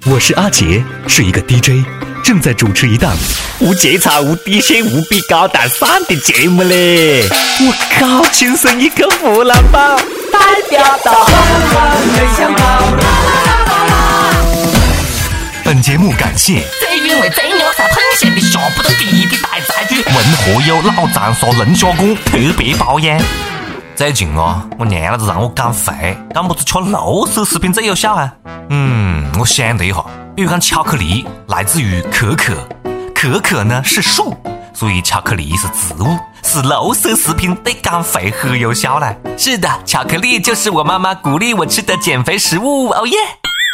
我是阿杰，是一个 DJ， 正在主持一档无节操、无底线、无比高大上的节目嘞！我靠，亲生一个湖南宝，代表到很想跑。 本节目感谢最原味、最牛才喷咸的下不得地的大菜具，文和友老长沙龙虾馆特别包养。最近啊，我娘老子让我减肥，干么子吃绿色食品最有效啊？我想了一下，比如讲巧克力来自于可可，可可呢是树，所以巧克力是植物，是绿色食品对减肥很有效啦。是的，巧克力就是我妈妈鼓励我吃的减肥食物，哦耶！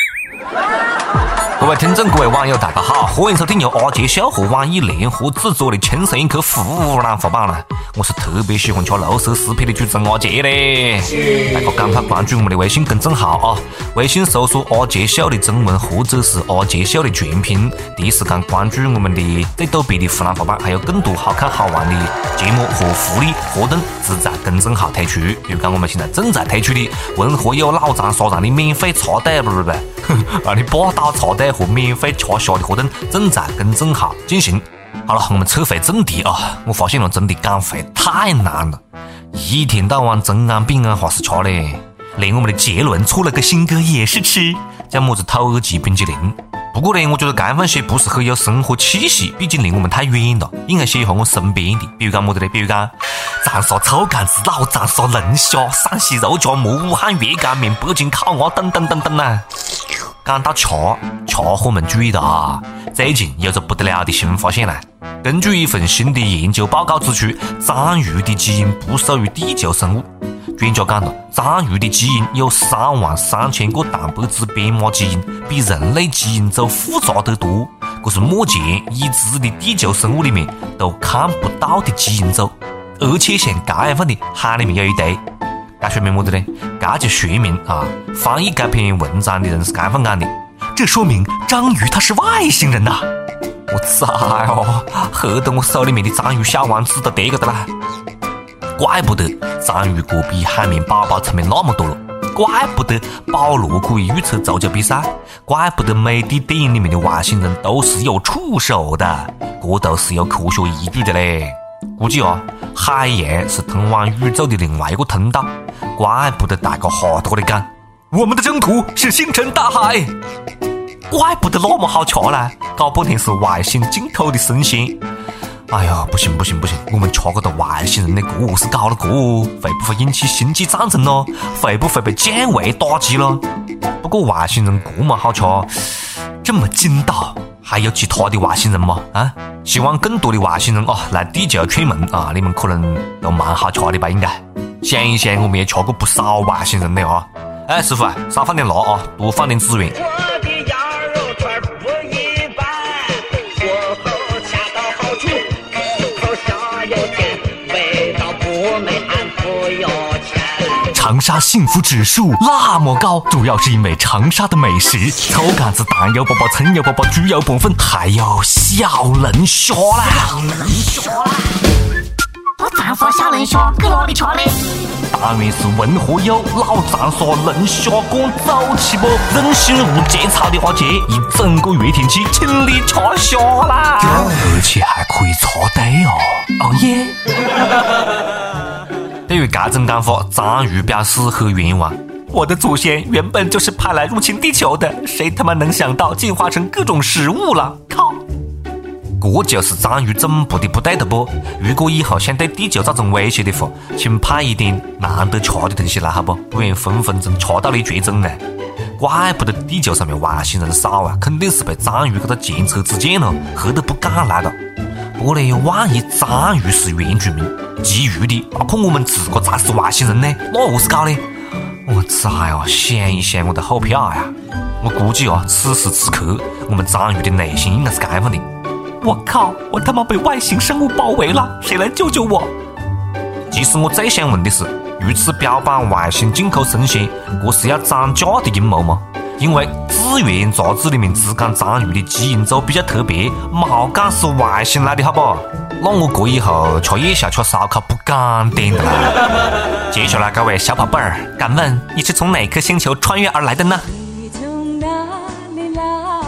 各位听众、各位网友，大家好，欢迎收听由阿杰秀和网易联合制作的《亲生一颗湖南话版》啦！我是特别喜欢吃绿色食品的主持人阿杰嘞！大家赶快关注我们的微信公众号啊！微信搜索阿杰秀的中文或者是阿杰秀的全拼，第一时间关注我们的最逗逼的湖南话版，还有更多好看好玩的节目和福利活动只在公众号推出。比如讲我们现在正在推出的文和友老长沙站的免费茶袋不，让你霸道茶袋和免费吃虾的活动正在公众号进行。好了，我们撤回正题啊！我发现了真的减肥太难了，一天到晚中安饼啊哈是吃嘞，连我们的杰伦出了个新歌也是吃，叫么子土鸡冰淇淋。不过呢，我觉得这份写不是很有生活气息，毕竟离我们太远了，应该写一下我身边的，比如讲么子嘞，比如讲长沙臭干子、老长沙龙虾、陕西肉夹馍、武汉热干面、北京烤鸭等等等等啊。讲到吃货们注意到啊，最近有着不得了的新发现啦！根据一份新的研究报告指出，章鱼的基因不属于地球生物。专家讲了，章鱼的基因有33000个蛋白质编码基因，比人类基因组复杂得多。这是目前已知的地球生物里面都看不到的基因组，而且像这样份的海里面有一堆。这说明么子呢？这就说明啊，翻译这篇文章的人是这样讲的， 这说明章鱼它是外星人呐！ 我操哦，吓得我手里面的章鱼小丸子都跌个的啦！怪不得章鱼哥比海绵宝宝聪明那么多了，怪不得保罗可以预测足球比赛，怪不得美的电影里面的外星人都是有触手的，这都是有科学依据的嘞。估计啊，海洋是通往宇宙的另外一个通道，怪不得大家哈得过来讲， 我们的征途是星辰大海， 怪不得那么好吃啦，搞半天是外星进口的生鲜。哎呀，不行，我们吃个的外星人的这是搞了这，会不会引起星际战争咯？会不会被降维打击咯？不过外星人这么好吃，这么筋道，还有其他的外星人吗？啊，希望更多的外星人啊来地球串门啊！你们可能都蛮好吃的吧？应该想一想，我们也吃过不少外星人的啊！哎，师傅啊，少放点辣啊，多放点资源。 长沙幸福指数那么高，主要是因为长沙的美食，臭干子、蛋油粑粑、葱油粑粑、猪油拌粉，还有小龙虾啦！ 我长沙小龙虾搁哪里吃嘞？ 当然是文和友老长沙龙虾馆走起不？任性无节操的阿杰，一整个月天气请你吃虾啦！ 而且还可以插队哦！ 哦耶！对于这种讲法，章鱼表示很冤枉。我的祖先原本就是派来入侵地球的，谁他妈能想到进化成各种食物了？靠！这就是章鱼总部的不对的不？如果以后想对地球造成威胁的话，请派一点难得吃的东西来好不？不然分分钟吃到你绝种呢！怪不得地球上面外星人少啊，肯定是被章鱼这个前车之鉴了，吓得不敢来了。不过呢，万一章鱼是原住民，其余的包括我们自个才是外星人呢，那何是搞呢？我操呀！想一想我都后怕呀！我估计啊，此时此刻我们章鱼的内心应该是这样的：我靠，我他妈被外星生物包围了，谁来救救我？其实我最想问的是，如此标榜外星进口生鲜，这是要涨价的阴谋吗？因为《资源》杂志里面只讲章鱼的基因组比较特别，没讲是外星来的好不好？那我这以后吃夜宵吃烧烤不敢点的啦。接下来各位小宝贝儿，敢问你是从哪颗星球穿越而来的呢？ 你从哪里来？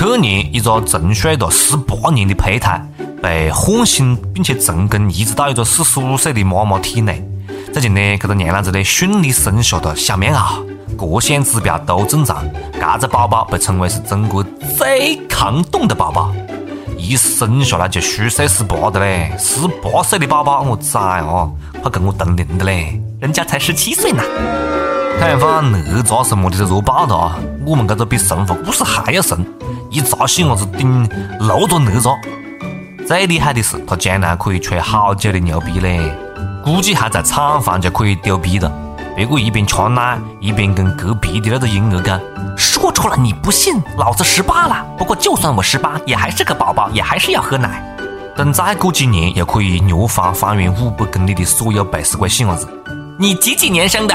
去年一个沉睡了18年的胚胎被唤醒并且成功移植到一个45岁的妈妈体内。最近呢，这个娘子呢顺利生下了小棉袄，各项指标都正常。这个宝宝被称为是中国最抗冻的宝宝，一生下来就虚岁18的嘞，18岁的宝宝，我崽哦，快跟我同龄的嘞，人家才17岁呢。看放哪吒什么的弱爆的啊！我们这个比神话故事还要神，一砸醒我子顶6个哪吒。最厉害的是，他将来可以吹好久的牛逼嘞，估计还在产房就可以丢逼了。别个一边吃奶，一边跟隔壁的那个婴儿讲：“说出了你不信，老子18了。不过就算我18，也还是个宝宝，也还是要喝奶。”等再过几年，又可以虐方方圆500公里的所有背时鬼醒我子。你几年生的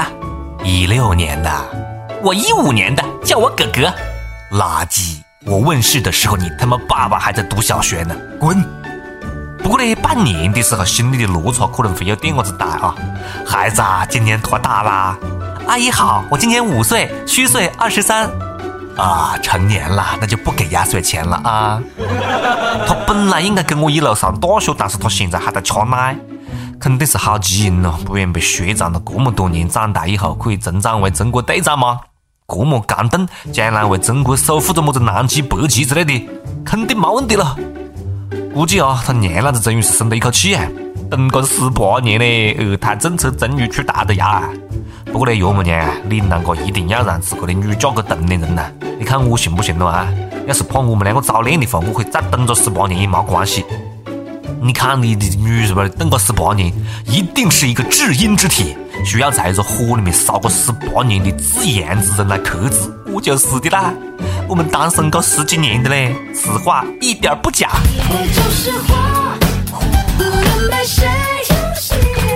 ？16年的。我15年的，叫我哥哥。垃圾！我问世的时候，你他妈爸爸还在读小学呢，滚！不过呢，半年的时候，心里的落差可能会有点子大啊。孩子啊，今年多大啦？阿姨好，我今年5岁，虚岁23。啊，成年了，那就不给压岁钱了啊。他本来应该跟我一路上大学，但是他现在还在吃奶，肯定是好基因了，不然被学长了这么多年，长大以后可以成长为中国队长吗？这么感动，将来为中国守护着么子南极、北极之类的，肯定没问题了。估计啊，他娘老子终于是松了一口气啊！等个18年嘞，二胎政策终于出台了呀！不过呢，岳母娘，你那个一定要让自个的女嫁给同龄人呐！你看我行不行了啊？要是怕我们两个早恋的话，我可以再等个18年也没关系。你看你的女是吧？等个18年，一定是一个至阴之体，需要在一个火里面烧个18年的自然之人来克制。我就是的啦，我们单身个10几年的嘞，此话一点不假。 我就是花，不能被谁游戏。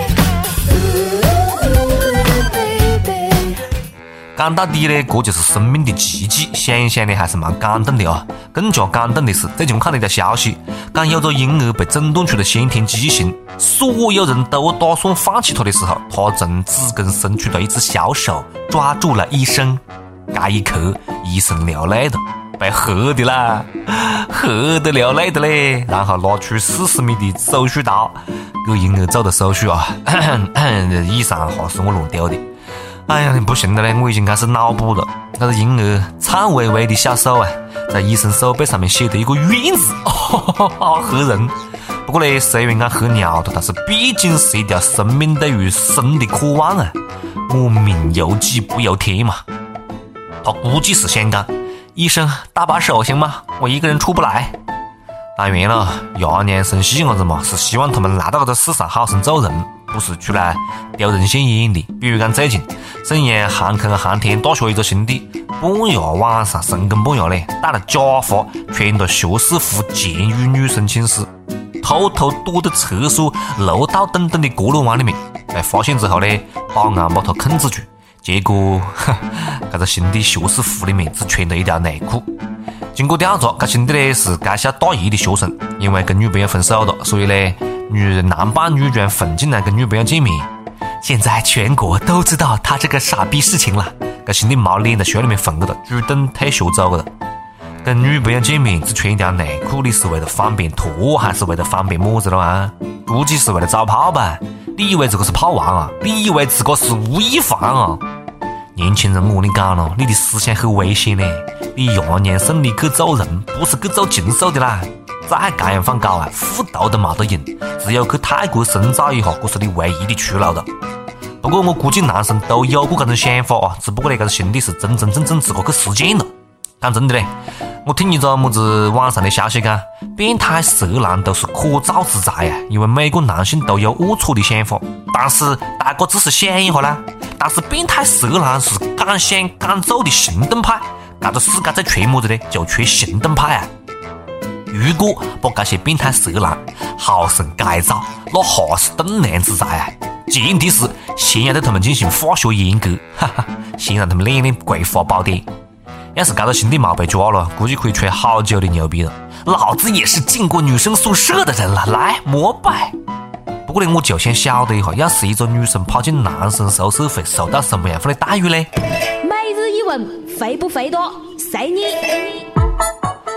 讲到底呢，这就是生命的奇迹，想想呢还是蛮感动的啊。更加感动的是，最近我看了一条消息，讲有个婴儿被诊断出了先天畸形，所有人都打算放弃他的时候，他从子宫伸出了一只小手，抓住了医生。这一刻，医生流泪了，被吓的啦，吓得流泪的嘞。然后拿出40米的手术刀，给婴儿做的手术啊，以上话是我乱丢的。哎呀，不行了嘞！我已经开始脑补了，那个婴儿颤巍巍的小手啊，在医生手背上面写的一个“愿”字，好吓人。不过呢，虽然讲吓尿的，但是毕竟是一条生命对于生的渴望啊！我命由己不由天嘛。他估计是想讲，医生搭把手行吗？我一个人出不来。当然了，爷娘生细伢子嘛，是希望他们来到这个世上好生做人，不是出来丢人现眼的。比如讲最近，沈阳航空航天大学一个兄弟，半夜晚上深更半夜嘞，带了假发，穿着学士服监狱女生寝室，偷偷躲到厕所楼道等等的角落湾里面。被发现之后呢，保安把他控制住。结果，这个兄弟学士服里面只穿了一条内裤。经过调查，这兄弟呢是该校大一的学生，因为跟女朋友分手了，所以呢，男扮女装混进来跟女朋友见面。现在全国都知道他这个傻逼事情了。这兄弟没脸在学里面混了，主动退学走了。跟女朋友见面只穿一条内裤，你是为了方便脱，还是为了方便么子了啊？估计是为了找炮吧？你以为这个是炮王啊？你以为自个是吴亦凡啊？年轻人，我跟你讲了，你的思想很危险嘞！你爷娘送你去做人，不是去做禽兽的啦！再这样放高啊，复读都没得用，只有去泰国深造一下，这是你唯一的出路了。不过我估计男生都有过这种想法啊，只不过呢，这个兄弟是真真正正自个去实践了。讲真的嘞，我听一个么子网上的消息讲，变态色狼都是可造之材啊，因为每个男性都有龌龊的想法，但是大家只是想一下啦。但是变态色狼是敢想敢做的行动派，这个世界在缺么子呢？就缺行动派啊！如果把这些变态色狼好生改造，那还是栋梁之才啊！前提是先要对他们进行化学阉割，哈哈，先让他们练练葵花宝典。要是这个兄弟没被抓了，估计可以吹好久的牛逼了。老子也是进过女生宿舍的人了，来膜拜。不过呢，我就想晓得一下，要是一个女生跑进男生宿舍会受到什么样的待遇呢？ 每日一问，肥不肥多？随你。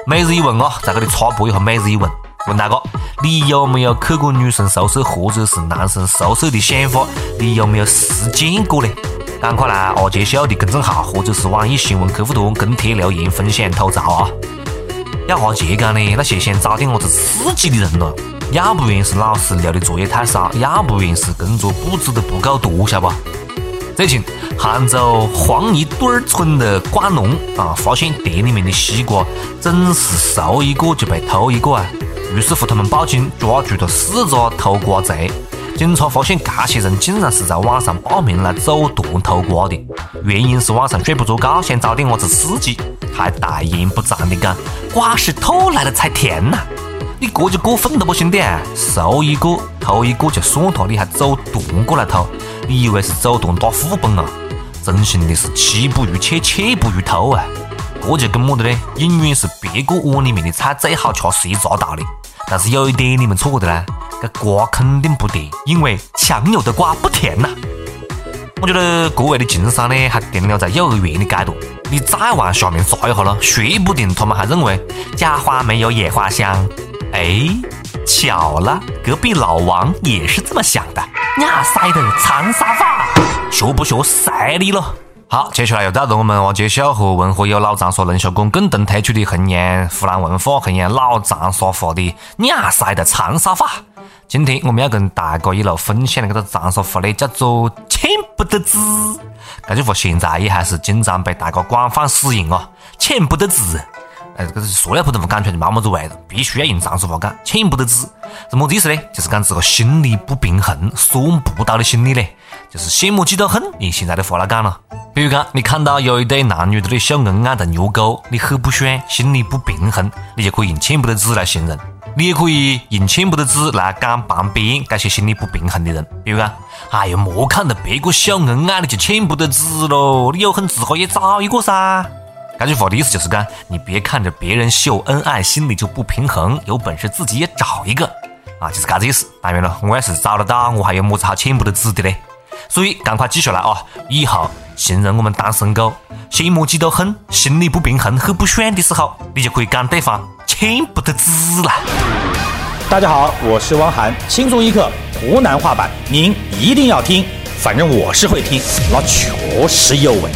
每日一问啊，在这里插播一下每日一问，问大家，你有没有去过女生宿舍或者是男生宿舍的想法？你有没有实践过呢？赶快来阿杰秀的公众号或者是网易新闻客户端跟帖留言分享吐槽啊！要阿杰讲呢，那些想找点子刺激的人咯，要不然是老师留的作业太少，要不然是工作布置的不够多，晓得吧？最近，杭州黄泥墩儿村的瓜农发现田里面的西瓜总是熟一个就被偷一个啊，于是乎他们报警抓住了4个偷瓜贼。警察发现这些人竟然是在网上报名来走团偷瓜的，原因是晚上睡不着觉，想找点子刺激，还大言不惭的讲瓜是偷来的才甜呐！你这就过分了不兄弟？熟一个偷一个就算了，你还走团过来偷，你以为是走团打副本啊？真心的是妻不如妾，妾不如偷啊！这就跟么的呢？永远是别个碗里面的菜最好吃是一杂道理。但是有一点你们错的啦，这瓜肯定不甜，因为强扭的瓜不甜呐。我觉得各位的情商呢还停留在幼儿园的阶段，你再往下面扎一下了，说不定他们还认为家花没有野花香。哎，巧了，隔壁老王也是这么想的。亚塞的长沙话，学不学塞你了？好，接下来又到了我们阿杰秀和文和友老长沙人学馆共同推出的弘扬湖南文化、弘扬老长沙话的亚塞的长沙话。今天我们要跟大家一路分享的这个长沙话呢，叫做欠不得子。这句话现在也还是经常被大家广泛使用啊，欠不得子。这是塑料普通话讲出来就没么子味道，必须要用长沙话讲，欠不得子。是么子意思呢？就是讲这个心理不平衡、算不到的心理呢，就是羡慕嫉妒恨，用现在的话来讲了。比如讲，你看到有一对男女在这里秀恩爱的牛沟，你很不爽，心里不平衡，你就可以用欠不得子来形容。你也可以用欠不得子来讲旁边这些心理不平衡的人。比如讲，哎呀，莫看到别个秀恩爱你就欠不得子咯，你有空自个也找一个噻。这句话的意思就是讲，你别看着别人秀恩爱，心里就不平衡，有本事自己也找一个啊，就是这个意思。当然了，我要是找得到，我还有么子好欠不得子的嘞？所以赶快记下来啊！以后形容我们单身狗羡慕嫉妒恨、心里不平衡、很不爽的时候，你就可以讲对方欠不得子了。 大家好，我是汪涵，轻松一刻湖南话版，您一定要听，反正我是会听，那确实有味。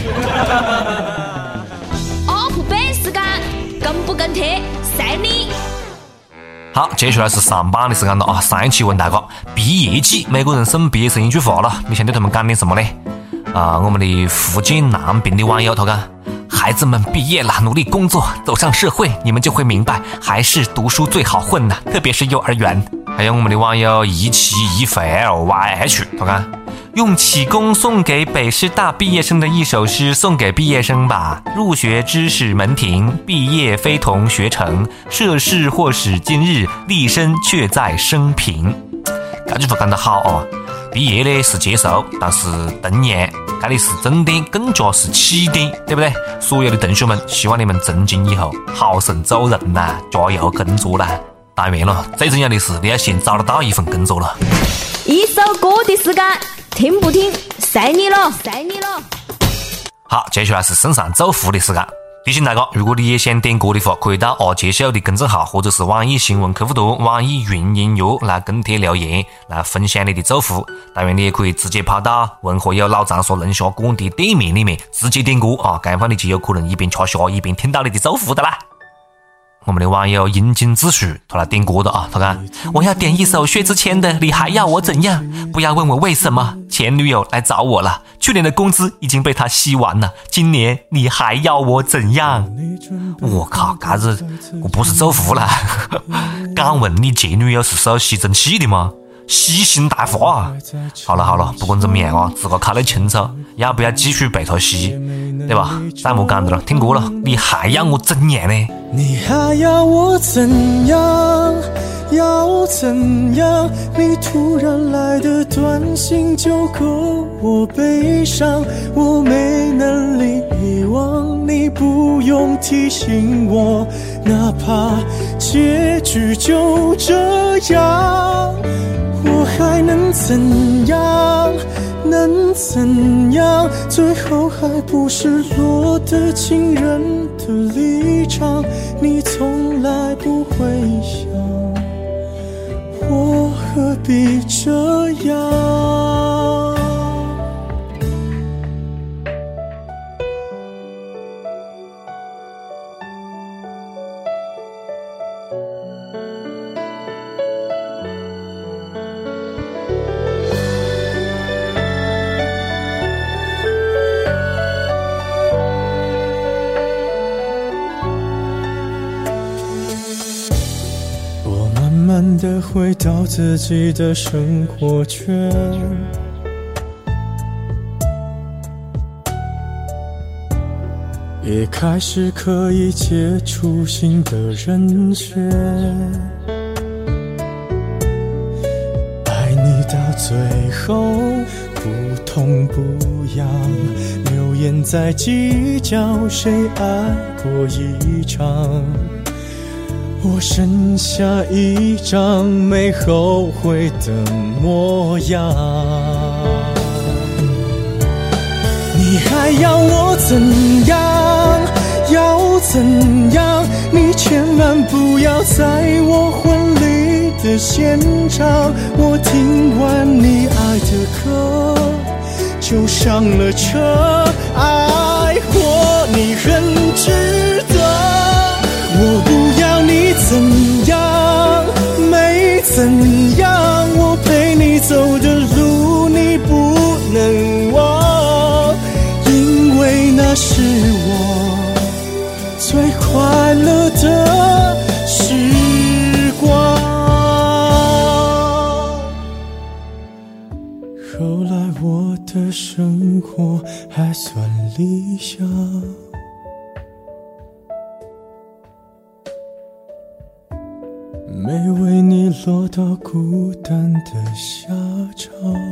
跟不跟帖随你。 好，接下来是上班的时间了啊！上一期问大家毕业季每个人送毕业生一句话了，你想对他们讲点什么呢？我们的福建南平的网友他讲，孩子们毕业了，努力工作，走上社会，你们就会明白，还是读书最好混呢，特别是幼儿园。还有我们的网友一期一肥 LYH 他讲，用启功送给北师大毕业生的一首诗送给毕业生吧。入学知识门庭，毕业非同学成，涉世或使今日，立身却在生平。这句话讲得好啊！毕业呢是结束，但是同样，这里是终点，更加是起点，对不对？所有的同学们，希望你们从今以后好生做人呐，加油工作啦！当然了，最重要的是你要先找得到一份工作了。 一首歌的时间，听不听随你了，随你了。 好，接下来是送上祝福的时间。提醒大家，如果你也想点歌的话，可以到阿杰秀的公众号或者是网易新闻客户端、网易云音乐来跟帖留言，来分享你的祝福。当然，你也可以直接跑到文和友老长沙龙虾馆的店面里面直接点歌啊，这样你就有可能一边吃虾一边听到你的祝福的啦。我们的网友阴茎自诩他来点歌的啊，他讲我要点一首薛之谦的你还要我怎样，不要问我为什么，前女友来找我了，去年的工资已经被他吸完了，今年你还要我怎样。我靠，这子我不是祝福了敢问你前女友是手吸尘器的吗？吸星大法啊！好了，不管怎么样啊，自个考虑清楚，要不要继续被他吸，对吧？再莫讲的了，听歌了，你还要我怎样呢？ 你还要我怎样？要怎样？你突然来的短信就够我悲伤，我没能力遗忘，你不用提醒我，哪怕结局就这样。我还能怎样？ 能怎样？最后还不是落得情人的立场。你从来不会想，我何必这样？慢慢地回到自己的生活圈，也开始可以接触新的人选。爱你到最后不痛不痒，流言在计较谁爱过一场。我剩下一张没后悔的模样，你还要我怎样？要怎样？你千万不要在我婚礼的现场。我听完你爱的歌就上了车，爱过你很值得。我不要你怎样，没怎样，我陪你走的路你不能忘，因为那是我最快乐的时光。后来我的生活还算理想，没为你落到孤单的下场。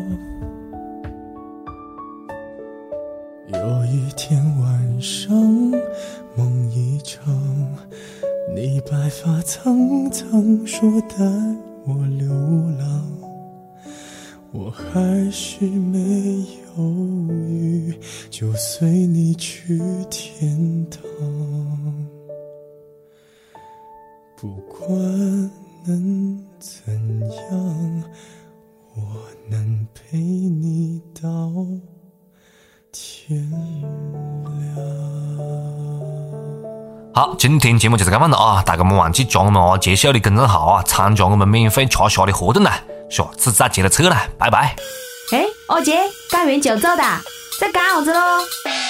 有一天晚上梦一场，你白发苍苍说带我流浪，我还是没犹豫就随你去天堂。不管能怎样，我能陪你到天亮。 好，今天节目就是这样了啊！大家莫忘记加我们阿杰秀的公众号啊，参加我们免费吃虾的活动啦！下次再接着扯啦，拜拜。 哎，阿杰，赶完就走的，在干啥子咯？